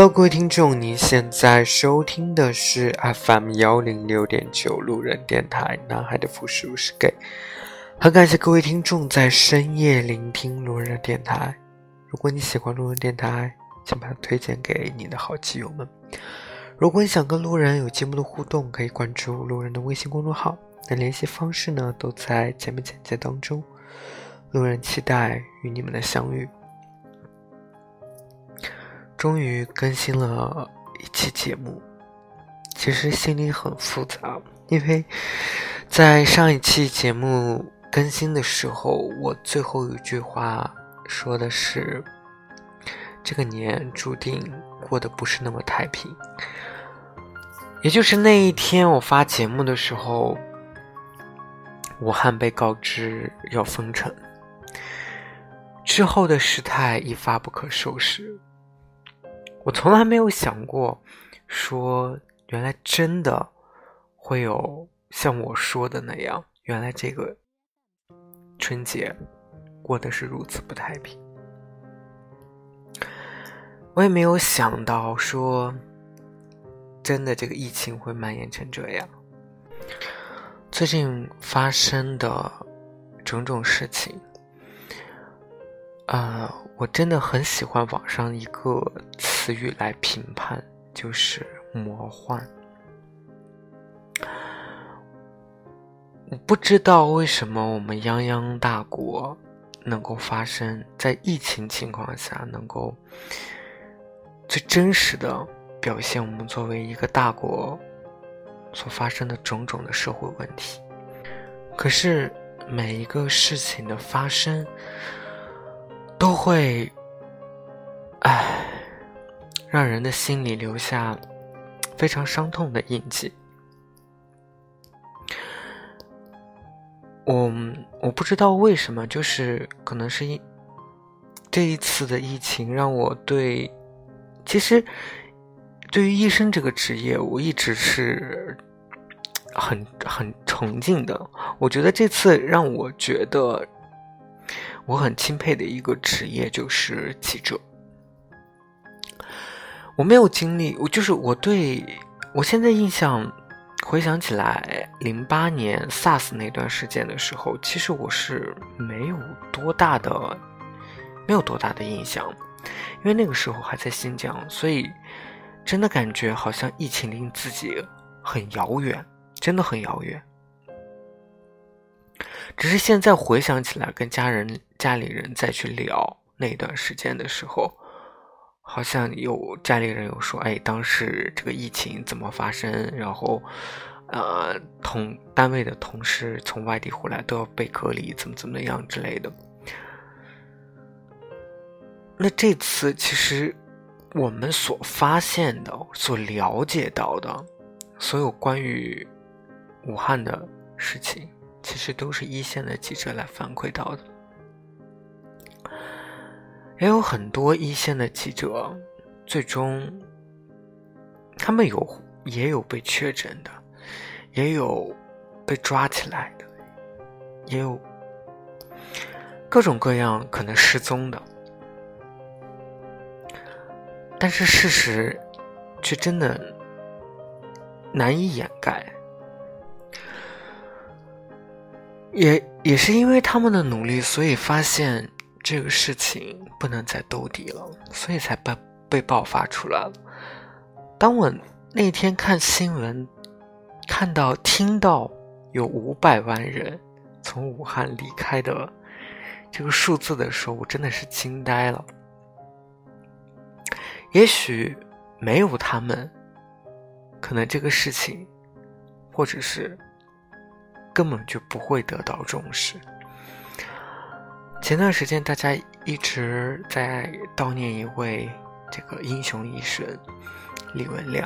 Hello， 各位听众，您现在收听的是 FM106.9 路人电台，男孩的复数是 gay。很感谢各位听众在深夜聆听路人电台。如果你喜欢路人电台，请把它推荐给你的好基友们。如果你想跟路人有节目的互动，可以关注路人的微信公众号，那联系方式呢都在节目简介当中。路人期待与你们的相遇。终于更新了一期节目，其实心里很复杂，因为在上一期节目更新的时候，我最后一句话说的是这个年注定过得不是那么太平。也就是那一天我发节目的时候，武汉被告知要封城，之后的事态一发不可收拾。我从来没有想过说原来真的会有像我说的那样，原来这个春节过得是如此不太平。我也没有想到说真的这个疫情会蔓延成这样。最近发生的种种事情我真的很喜欢网上一个词语来评判，就是魔幻。我不知道为什么我们泱泱大国能够发生在疫情情况下，能够最真实的表现我们作为一个大国所发生的种种的社会问题。可是每一个事情的发生都会让人的心里留下非常伤痛的印记。我不知道为什么，就是可能是这一次的疫情让我其实对于医生这个职业我一直是很崇敬的。我觉得这次让我觉得我很钦佩的一个职业就是记者。我没有经历，我现在印象回想起来08年 SARS 那段时间的时候，其实我是没有多大的印象，因为那个时候还在新疆，所以真的感觉好像疫情离自己很遥远，真的很遥远。只是现在回想起来，跟家里人再去聊那段时间的时候，好像家里人有说，当时这个疫情怎么发生，然后单位的同事从外地回来都要被隔离，怎么样之类的。那这次其实我们所发现的、所了解到的所有关于武汉的事情，其实都是一线的记者来反馈到的。也有很多一线的记者最终他们也有被确诊的，也有被抓起来的，也有各种各样可能失踪的，但是事实却真的难以掩盖。也是因为他们的努力，所以发现这个事情不能再兜底了，所以才被爆发出来了。当我那天看新闻听到有500万人从武汉离开的这个数字的时候，我真的是惊呆了。也许没有他们，可能这个事情或者是根本就不会得到重视。前段时间大家一直在悼念一位这个英雄医生李文亮。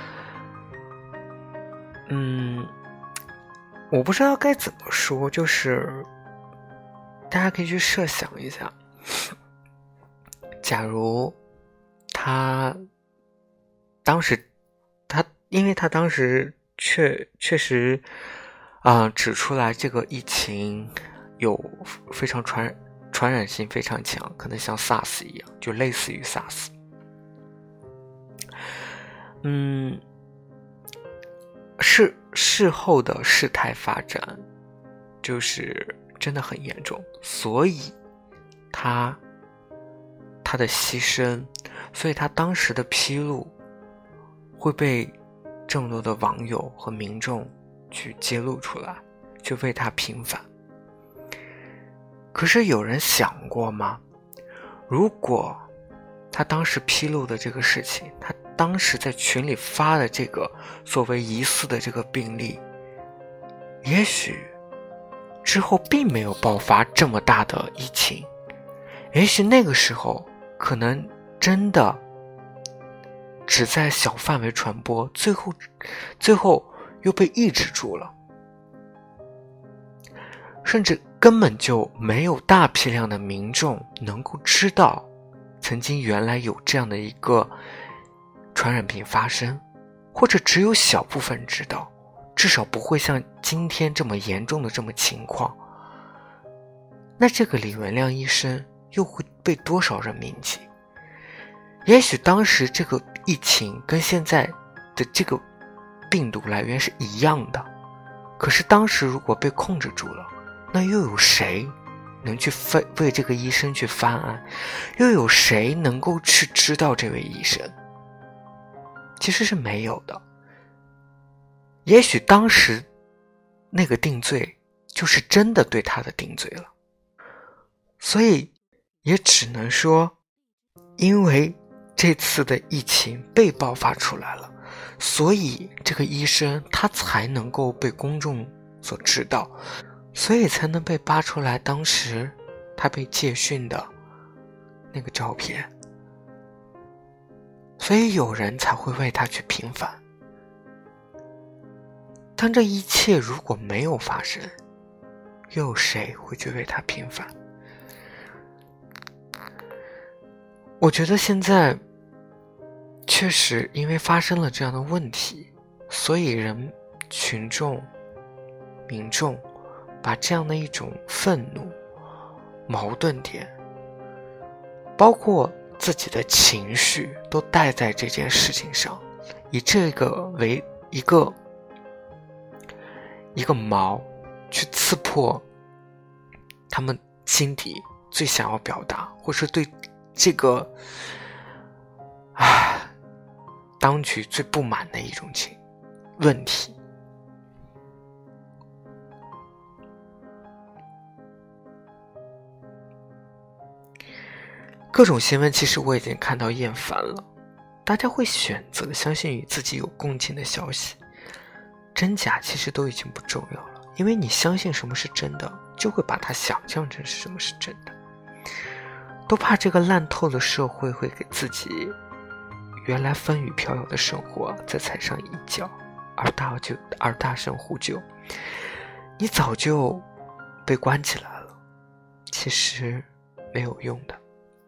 我不知道该怎么说，就是大家可以去设想一下，假如因为他当时确实指出来这个疫情有非常传染性非常强，可能像 SARS 一样，就类似于 SARS。 事后的事态发展就是真的很严重，所以他的牺牲，所以他当时的披露会被这么多的网友和民众去揭露出来，去为他平反。可是有人想过吗？如果他当时披露的这个事情，他当时在群里发的这个所谓疑似的这个病例，也许之后并没有爆发这么大的疫情，也许那个时候可能真的只在小范围传播，最后又被抑制住了，甚至根本就没有大批量的民众能够知道曾经原来有这样的一个传染病发生，或者只有小部分知道，至少不会像今天这么严重的这么情况。那这个李文亮医生又会被多少人铭记？也许当时这个疫情跟现在的这个病毒来源是一样的，可是当时如果被控制住了，那又有谁能去为这个医生去翻案？又有谁能够去知道这位医生？其实是没有的。也许当时那个定罪就是真的对他的定罪了，所以也只能说，因为这次的疫情被爆发出来了，所以这个医生他才能够被公众所知道，所以才能被扒出来当时他被戒训的那个照片，所以有人才会为他去平反。当这一切如果没有发生，又有谁会去为他平反？我觉得现在确实因为发生了这样的问题，所以群众民众把这样的一种愤怒矛盾点，包括自己的情绪都带在这件事情上，以这个为一个矛去刺破他们心底最想要表达，或是对这个当局最不满的一种问题。各种新闻其实我已经看到厌烦了，大家会选择相信与自己有共情的消息，真假其实都已经不重要了，因为你相信什么是真的，就会把它想象成是什么是真的。都怕这个烂透的社会会给自己原来风雨飘摇的生活再踩上一脚，而大声呼救，你早就被关起来了，其实没有用的。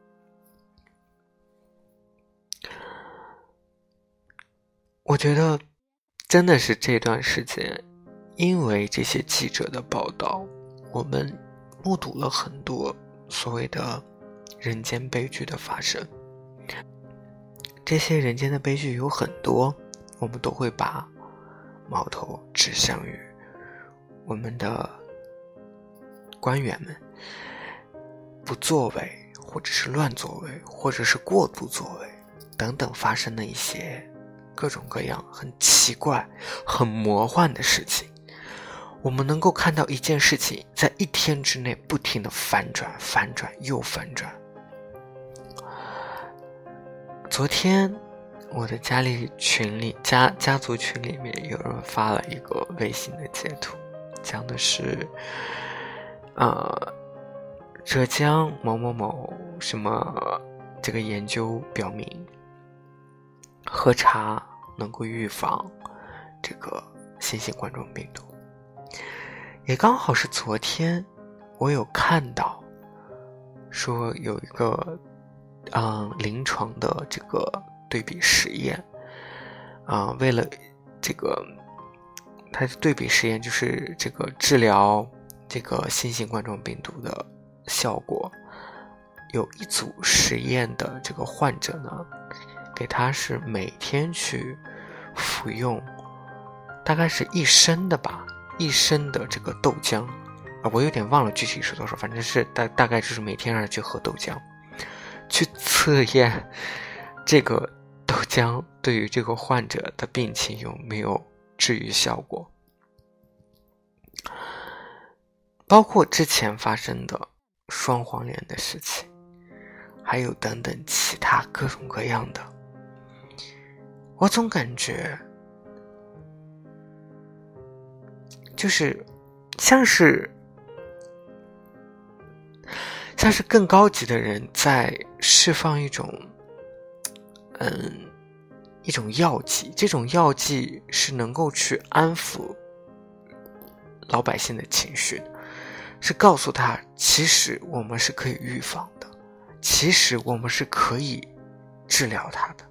我觉得真的是这段时间，因为这些记者的报道，我们目睹了很多所谓的人间悲剧的发生。这些人间的悲剧有很多，我们都会把矛头指向于我们的官员们不作为，或者是乱作为，或者是过度作为等等发生的一些各种各样很奇怪很魔幻的事情。我们能够看到一件事情在一天之内不停的反转又反转。昨天我的家族群里面有人发了一个微信的截图，讲的是浙江某某某什么这个研究表明喝茶能够预防这个新型冠状病毒。也刚好是昨天我有看到说有一个临床的这个对比实验，为了这个它的对比实验就是这个治疗这个新型冠状病毒的效果，有一组实验的这个患者呢， 给他是每天去服用，大概是1升的吧，1升的这个豆浆我有点忘了具体是多少，反正是大概就是每天让他去喝豆浆，去测验这个豆浆对于这个患者的病情有没有治愈效果。包括之前发生的双黄连的事情，还有等等其他各种各样的，我总感觉就是像是更高级的人在释放一种药剂，这种药剂是能够去安抚老百姓的情绪，是告诉他其实我们是可以预防的，其实我们是可以治疗他的。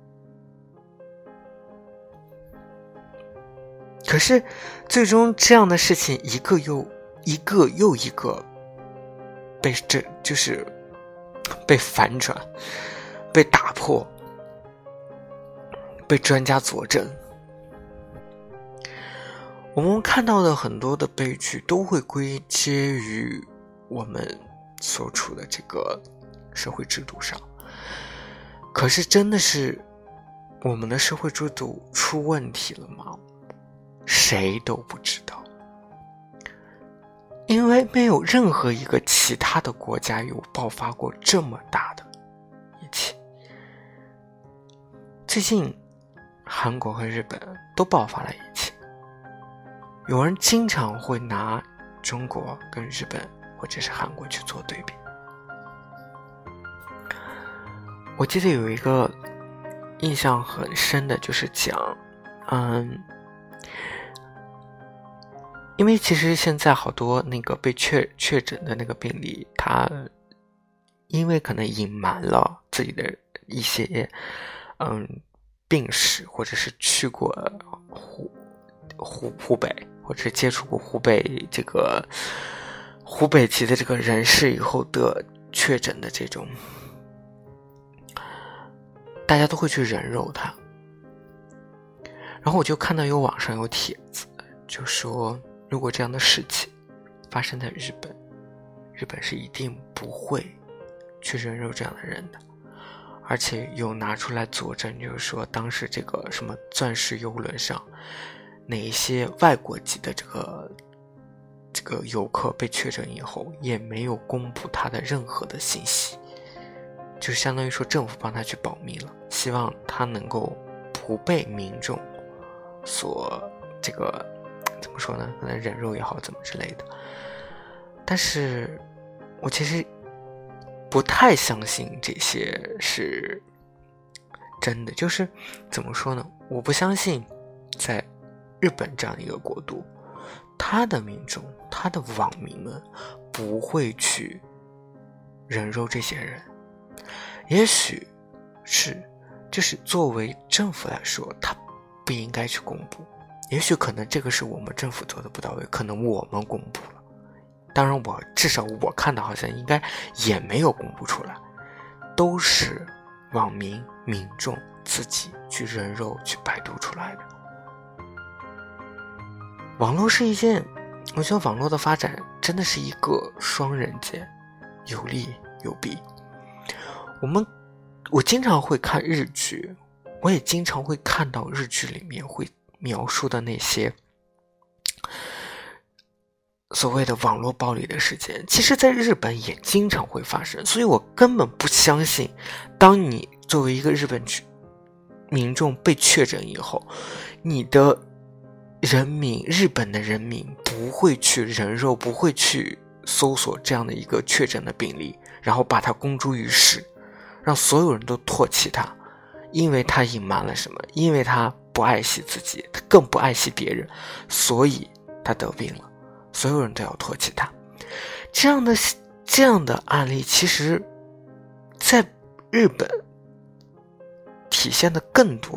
可是最终这样的事情一个又一个被反转，被打破，被专家佐证。我们看到的很多的悲剧都会归结于我们所处的这个社会制度上，可是真的是我们的社会制度出问题了吗？谁都不知道，因为没有任何一个其他的国家有爆发过这么大的疫情。最近韩国和日本都爆发了疫情，有人经常会拿中国跟日本或者是韩国去做对比。我记得有一个印象很深的，就是讲因为其实现在好多那个被确诊的那个病例，他因为可能隐瞒了自己的一些病史，或者是去过湖北，或者是接触过湖北籍的这个人士以后的确诊的这种，大家都会去人肉他。然后我就看到网上有帖子，就说如果这样的事情发生在日本是一定不会去人肉这样的人的，而且有拿出来佐证，就是说当时这个什么钻石邮轮上哪一些外国籍的这个游客被确诊以后，也没有公布他的任何的信息，就相当于说政府帮他去保密了，希望他能够不被民众所这个怎么说呢，可能人肉也好怎么之类的。但是我其实不太相信这些是真的，就是怎么说呢，我不相信在日本这样的一个国度，他的民众他的网民们不会去人肉这些人。也许是就是作为政府来说，他不应该去公布，也许可能这个是我们政府做的不到位，可能我们公布了，当然至少我看到好像应该也没有公布出来，都是网民民众自己去人肉去百度出来的。网络是一件，我觉得网络的发展真的是一个双刃剑，有利有弊。我经常会看日剧，我也经常会看到日剧里面会描述的那些所谓的网络暴力的事件，其实在日本也经常会发生，所以我根本不相信，当你作为一个日本民众被确诊以后，你的日本的人民不会去人肉，不会去搜索这样的一个确诊的病例，然后把它公诸于世，让所有人都唾弃他，因为他隐瞒了什么，因为他不爱惜自己，他更不爱惜别人，所以他得病了，所有人都要唾弃他。这样的案例其实在日本体现的更多，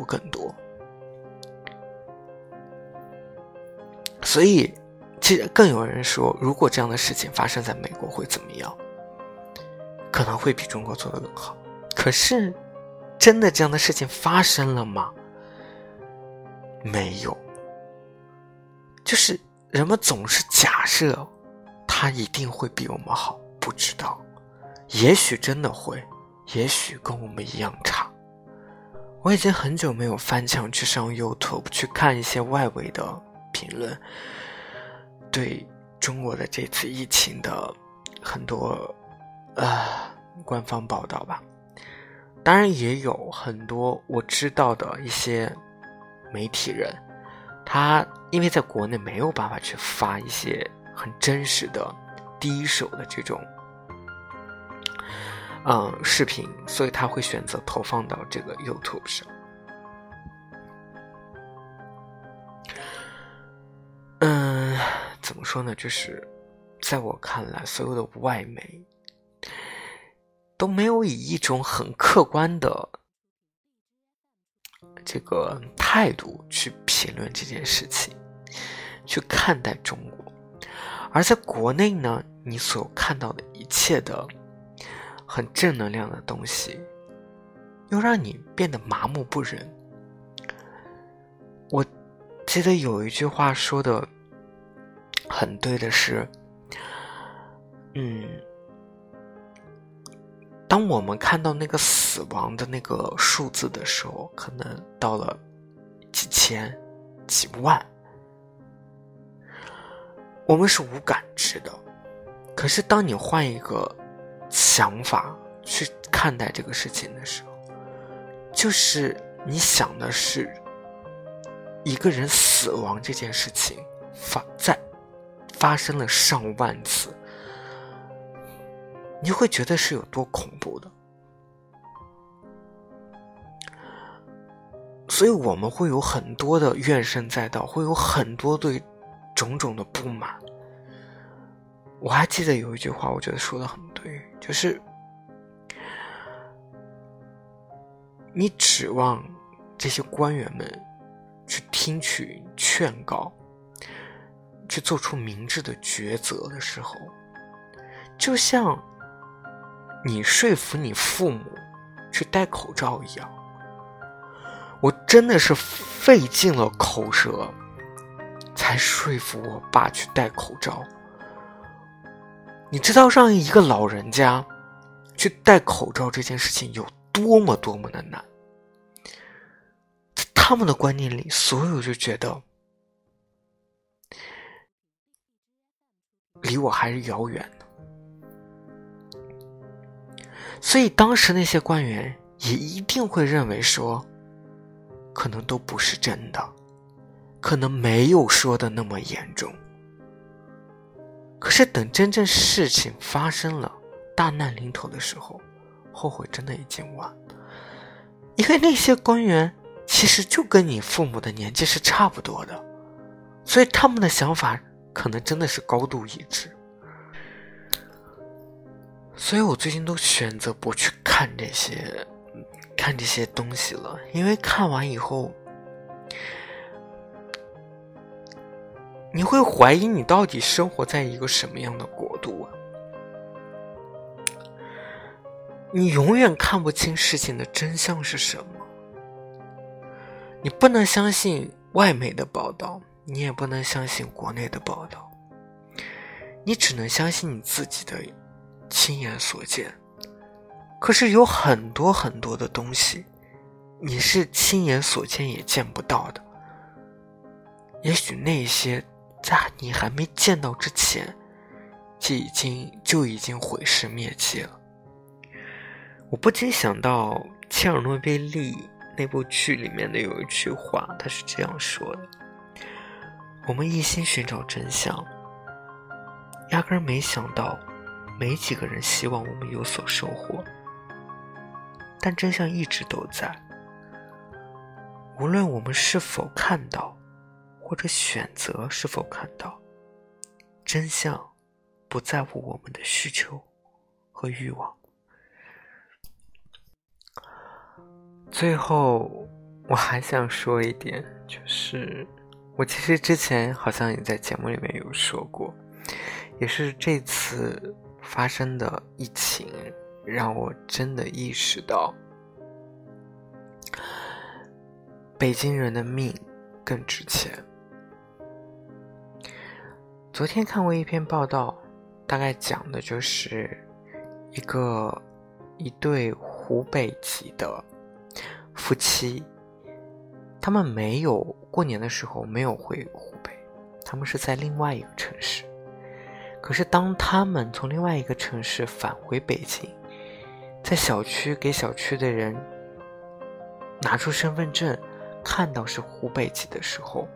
所以其实更有人说，如果这样的事情发生在美国会怎么样，可能会比中国做得更好。可是真的这样的事情发生了吗？没有，就是人们总是假设他一定会比我们好，不知道，也许真的会，也许跟我们一样差。我已经很久没有翻墙去上 YouTube 去看一些外围的评论，对中国的这次疫情的很多官方报道吧。当然也有很多我知道的一些媒体人，他因为在国内没有办法去发一些很真实的第一手的这种视频，所以他会选择投放到这个 YouTube 上。怎么说呢，就是在我看来，所有的外媒都没有以一种很客观的这个态度去评论这件事情，去看待中国。而在国内呢，你所看到的一切的很正能量的东西，又让你变得麻木不仁。我记得有一句话说的很对的是，当我们看到那个死亡的那个数字的时候，可能到了几千、几万，我们是无感知的。可是当你换一个想法去看待这个事情的时候，就是你想的是一个人死亡这件事情发生了上万次，你会觉得是有多恐怖的。所以我们会有很多的怨声载道，会有很多对种种的不满。我还记得有一句话我觉得说得很对，就是你指望这些官员们去听取劝告，去做出明智的抉择的时候，就像你说服你父母去戴口罩一样。我真的是费尽了口舌才说服我爸去戴口罩。你知道让一个老人家去戴口罩这件事情有多么的难，在他们的观念里，所有就觉得离我还是遥远的。所以当时那些官员也一定会认为说，可能都不是真的，可能没有说的那么严重。可是等真正事情发生了，大难临头的时候，后悔真的已经晚了。因为那些官员其实就跟你父母的年纪是差不多的，所以他们的想法可能真的是高度一致。所以我最近都选择不去看这些东西了，因为看完以后你会怀疑你到底生活在一个什么样的国度啊。你永远看不清事情的真相是什么。你不能相信外媒的报道，你也不能相信国内的报道，你只能相信你自己的亲眼所见。可是有很多的东西你是亲眼所见也见不到的，也许那些在你还没见到之前就已经毁尸灭迹了。我不禁想到切尔诺贝利那部剧里面的有一句话，他是这样说的：我们一心寻找真相，压根儿没想到没几个人希望我们有所收获，但真相一直都在。无论我们是否看到，或者选择是否看到，真相不在乎我们的需求和欲望。最后我还想说一点，就是我其实之前好像也在节目里面有说过，也是这次发生的疫情让我真的意识到， 北京人的命更值钱。昨天看过一篇报道，大概讲的就是一对湖北籍的夫妻，他们过年的时候没有回湖北，他们是在另外一个城市。可是当他们从另外一个城市返回北京，在小区给小区的人拿出身份证，看到是湖北籍的时候，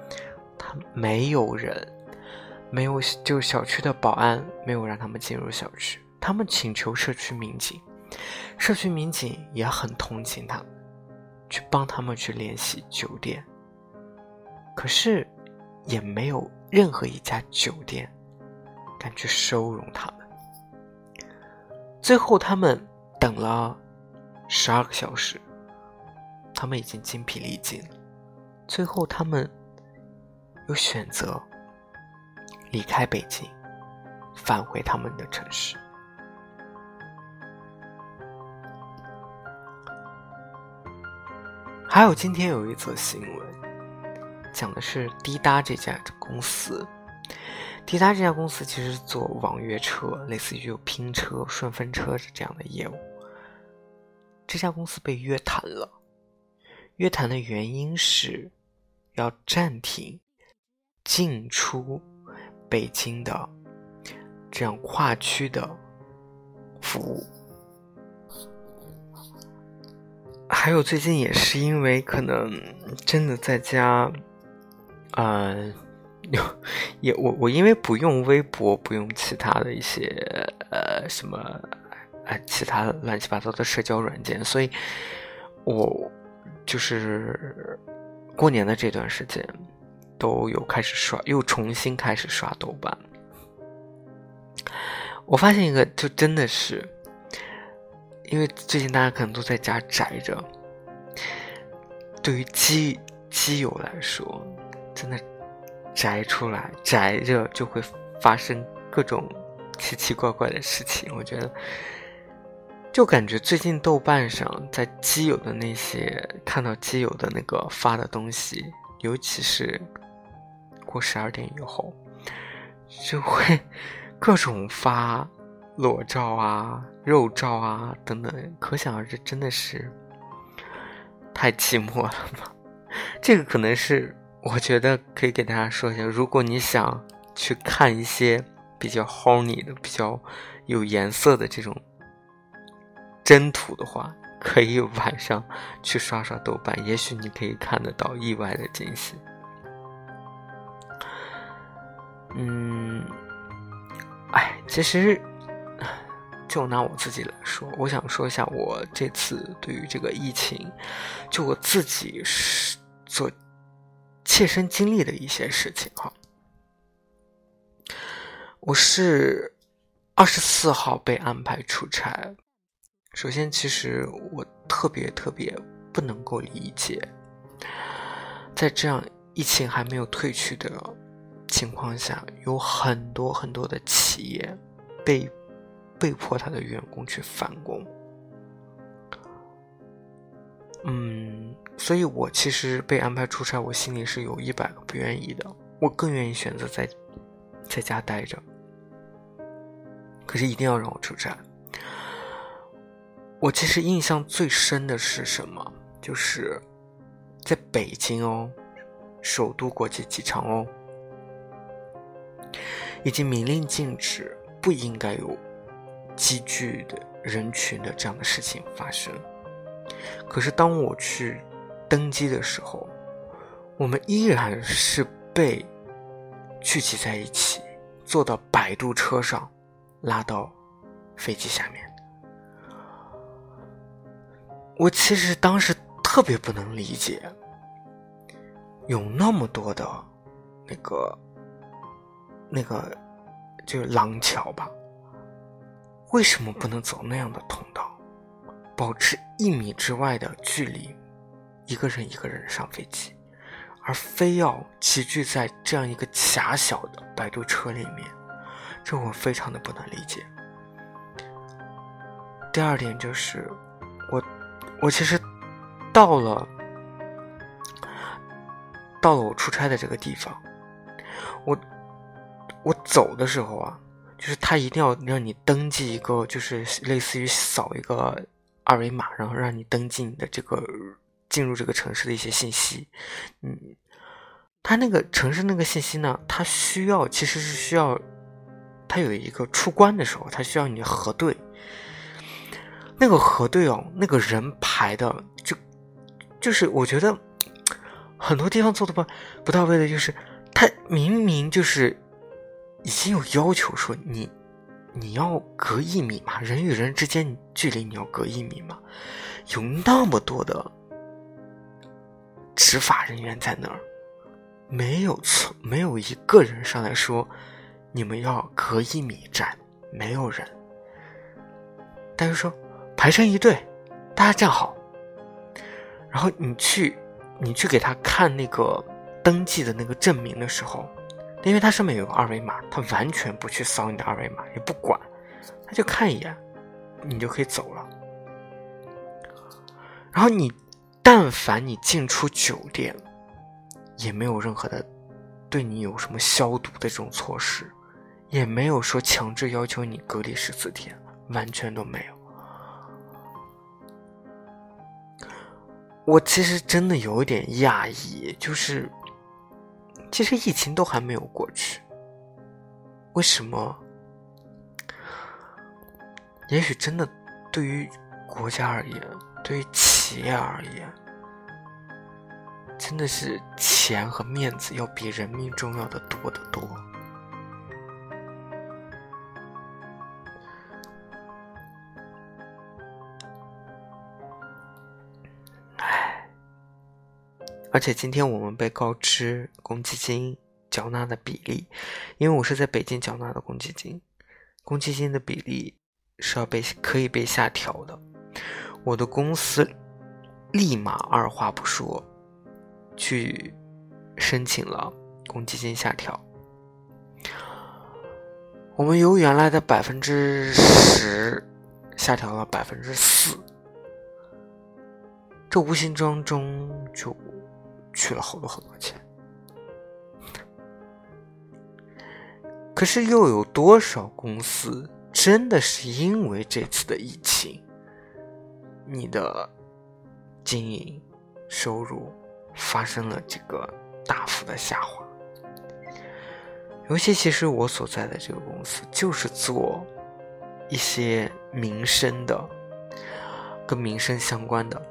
就小区的保安没有让他们进入小区，他们请求社区民警也很同情他们，去帮他们去联系酒店，可是也没有任何一家酒店敢去收容他们。最后他们等了12个小时，他们已经精疲力尽了，最后他们又选择离开北京，返回他们的城市。还有今天有一则新闻，讲的是滴答这家公司。滴答这家公司其实是做网约车，类似于有拼车、顺风车这样的业务。这家公司被约谈了，约谈的原因是要暂停进出北京的这样跨区的服务。还有最近也是因为可能真的在家我因为不用微博，不用其他的一些其他乱七八糟的社交软件，所以我就是过年的这段时间都有又重新开始刷豆瓣。我发现一个，就真的是因为最近大家可能都在家宅着，对于基友来说，真的宅着就会发生各种奇奇怪怪的事情。我觉得就感觉最近豆瓣上在基友的那些看到基友的那个发的东西，尤其是过12点以后，就会各种发裸照啊、肉照啊等等，可想而知，真的是太寂寞了吧。这个可能是我觉得可以给大家说一下，如果你想去看一些比较 horny 的、比较有颜色的这种真图的话，可以晚上去刷刷豆瓣，也许你可以看得到意外的惊喜。其实就拿我自己来说，我想说一下我这次对于这个疫情，就我自己所切身经历的一些事情哈。我是24号被安排出差。首先其实我特别不能够理解，在这样疫情还没有退去的情况下，有很多的企业被迫他的员工去返工。所以我其实被安排出差，我心里是有100个不愿意的，我更愿意选择在家待着，可是一定要让我出差。我其实印象最深的是什么，就是在北京哦，首都国际机场哦，已经明令禁止不应该有积聚的人群的这样的事情发生。可是当我去登机的时候，我们依然是被聚集在一起，坐到摆渡车上，拉到飞机下面。我其实当时特别不能理解，有那么多的那个就是廊桥吧，为什么不能走那样的通道，保持1米之外的距离，一个人上飞机，而非要齐聚在这样一个狭小的摆渡车里面，这我非常的不能理解。第二点就是我其实到了到了我出差的这个地方，我走的时候啊，就是他一定要让你登记一个，就是类似于扫一个二维码，然后让你登记你的这个进入这个城市的一些信息。他那个城市那个信息呢，他其实是需要，他有一个出关的时候，他需要你核对。那个核对哦，那个人排的就是我觉得很多地方做的不到位的，就是他明明就是已经有要求说你要隔1米嘛，人与人之间距离你要隔1米嘛，有那么多的执法人员在那儿，没有一个人上来说你们要隔1米站，没有人。他就说排成一队，大家站好，然后你去给他看那个登记的那个证明的时候，因为它上面有个二维码，他完全不去扫你的二维码，也不管，他就看一眼你就可以走了。然后但凡你进出酒店，也没有任何的对你有什么消毒的这种措施，也没有说强制要求你隔离14天，完全都没有。我其实真的有点讶异，就是其实疫情都还没有过去，为什么？也许真的对于国家而言，对于企业而言，真的是钱和面子要比人命重要的多得多。而且今天我们被告知公积金缴纳的比例，因为我是在北京缴纳的公积金的比例是可以被下调的。我的公司立马二话不说去申请了公积金下调，我们由原来的10%下调了4%，这无形中就去了好多钱。可是又有多少公司真的是因为这次的疫情，你的经营收入发生了这个大幅的下滑？尤其其实我所在的这个公司就是做一些民生的，跟民生相关的。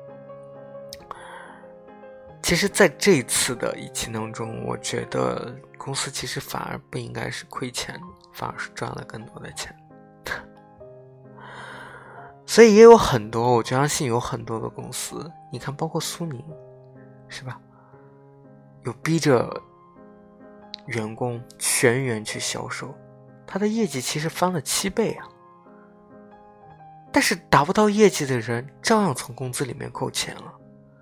其实在这一次的疫情当中，我觉得公司其实反而不应该是亏钱，反而是赚了更多的钱。所以也有很多，我相信有很多的公司，你看包括苏宁，是吧，有逼着员工全员去销售，他的业绩其实翻了7倍啊。但是达不到业绩的人照样从工资里面扣钱了。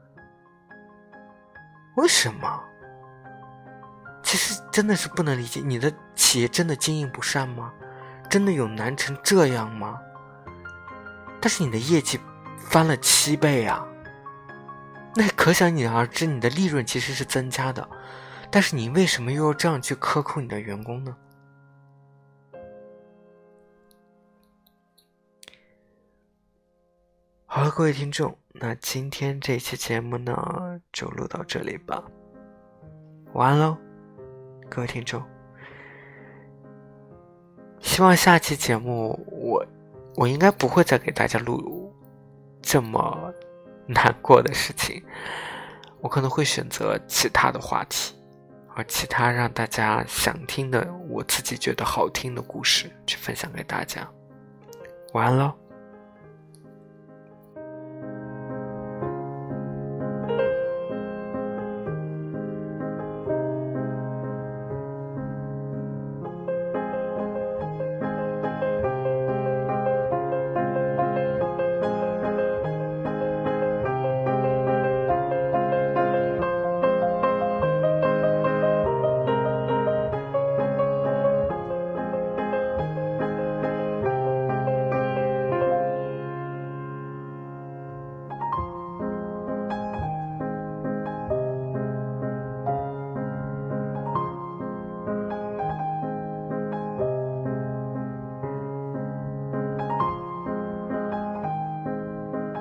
为什么？其实真的是不能理解，你的企业真的经营不善吗？真的有难成这样吗？但是你的业绩翻了7倍啊，那可想而知你的利润其实是增加的，但是你为什么又要这样去克扣你的员工呢？好了，各位听众，那今天这期节目呢就录到这里吧，晚安喽，各位听众。希望下期节目我应该不会再给大家录这么难过的事情，我可能会选择其他的话题，而其他让大家想听的，我自己觉得好听的故事去分享给大家。晚安喽。